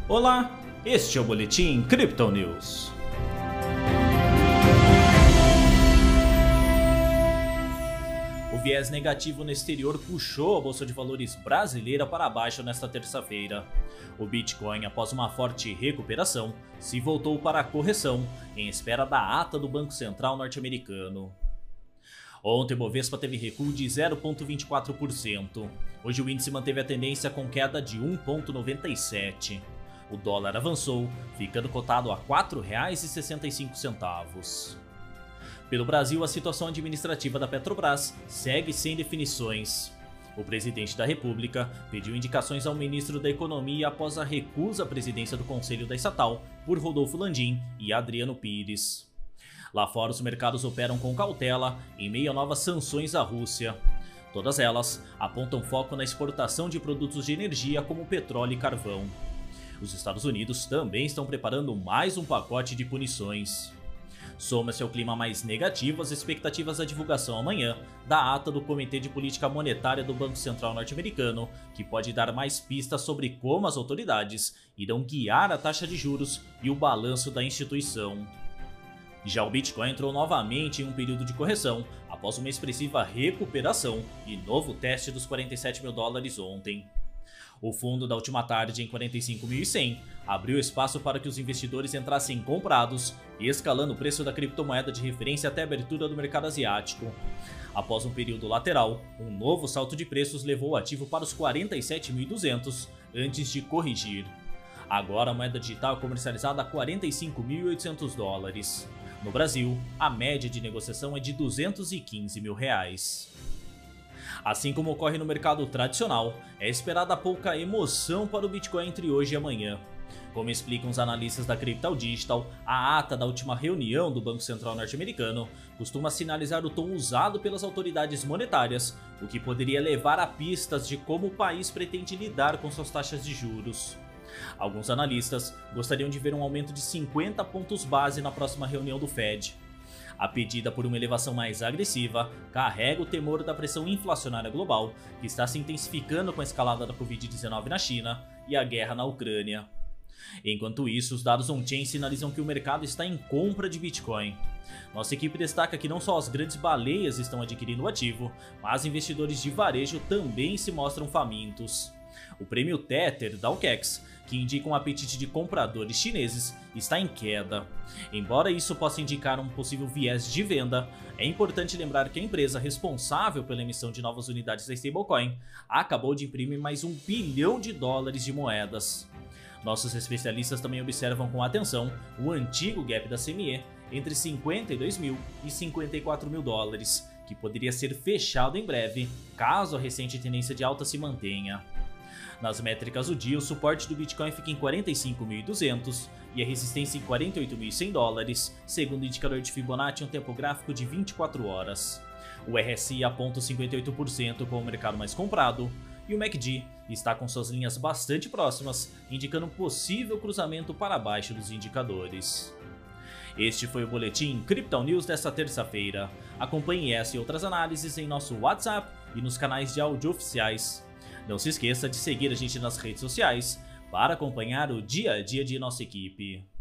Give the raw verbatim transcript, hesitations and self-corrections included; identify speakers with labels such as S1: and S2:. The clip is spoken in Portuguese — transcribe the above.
S1: Olá, este é o Boletim Crypto News. O viés negativo no exterior puxou a Bolsa de Valores brasileira para baixo nesta terça-feira. O Bitcoin, após uma forte recuperação, se voltou para a correção, em espera da ata do Banco Central norte-americano. Ontem o Bovespa teve recuo de zero vírgula vinte e quatro por cento. Hoje o índice manteve a tendência com queda de um vírgula noventa e sete. O dólar avançou, ficando cotado a quatro reais e sessenta e cinco centavos. Pelo Brasil, a situação administrativa da Petrobras segue sem definições. O presidente da República pediu indicações ao ministro da Economia após a recusa à presidência do Conselho da estatal por Rodolfo Landim e Adriano Pires. Lá fora, os mercados operam com cautela em meio a novas sanções à Rússia. Todas elas apontam foco na exportação de produtos de energia como petróleo e carvão. Os Estados Unidos também estão preparando mais um pacote de punições. Soma-se ao clima mais negativo as expectativas da divulgação amanhã da ata do Comitê de Política Monetária do Banco Central norte-americano, que pode dar mais pistas sobre como as autoridades irão guiar a taxa de juros e o balanço da instituição. Já o Bitcoin entrou novamente em um período de correção após uma expressiva recuperação e novo teste dos quarenta e sete mil dólares ontem. O fundo da última tarde em quarenta e cinco mil e cem abriu espaço para que os investidores entrassem comprados, escalando o preço da criptomoeda de referência até a abertura do mercado asiático. Após um período lateral, um novo salto de preços levou o ativo para os quarenta e sete mil e duzentos antes de corrigir. Agora a moeda digital é comercializada a quarenta e cinco mil e oitocentos dólares. No Brasil, a média de negociação é de duzentos e quinze mil reais. Assim como ocorre no mercado tradicional, é esperada pouca emoção para o Bitcoin entre hoje e amanhã. Como explicam os analistas da Crypto Digital, a ata da última reunião do Banco Central norte-americano costuma sinalizar o tom usado pelas autoridades monetárias, o que poderia levar a pistas de como o país pretende lidar com suas taxas de juros. Alguns analistas gostariam de ver um aumento de cinquenta pontos base na próxima reunião do Fed. A pedida por uma elevação mais agressiva carrega o temor da pressão inflacionária global, que está se intensificando com a escalada da covid dezenove na China e a guerra na Ucrânia. Enquanto isso, os dados on-chain sinalizam que o mercado está em compra de Bitcoin. Nossa equipe destaca que não só as grandes baleias estão adquirindo o ativo, mas investidores de varejo também se mostram famintos. O prêmio Tether da O K E X, que indica um apetite de compradores chineses, está em queda. Embora isso possa indicar um possível viés de venda, é importante lembrar que a empresa responsável pela emissão de novas unidades da stablecoin acabou de imprimir mais um bilhão de dólares de moedas. Nossos especialistas também observam com atenção o antigo gap da C M E entre cinquenta e dois mil e cinquenta e quatro mil dólares, que poderia ser fechado em breve caso a recente tendência de alta se mantenha. Nas métricas do dia, o suporte do Bitcoin fica em quarenta e cinco mil e duzentos e a resistência em quarenta e oito mil e cem dólares, segundo o indicador de Fibonacci em um tempo gráfico de vinte e quatro horas. O R S I aponta cinquenta e oito por cento com o mercado mais comprado e o M A C D está com suas linhas bastante próximas, indicando um possível cruzamento para baixo dos indicadores. Este foi o Boletim Crypto News desta terça-feira. Acompanhe essa e outras análises em nosso WhatsApp e nos canais de áudio oficiais. Não se esqueça de seguir a gente nas redes sociais para acompanhar o dia a dia de nossa equipe.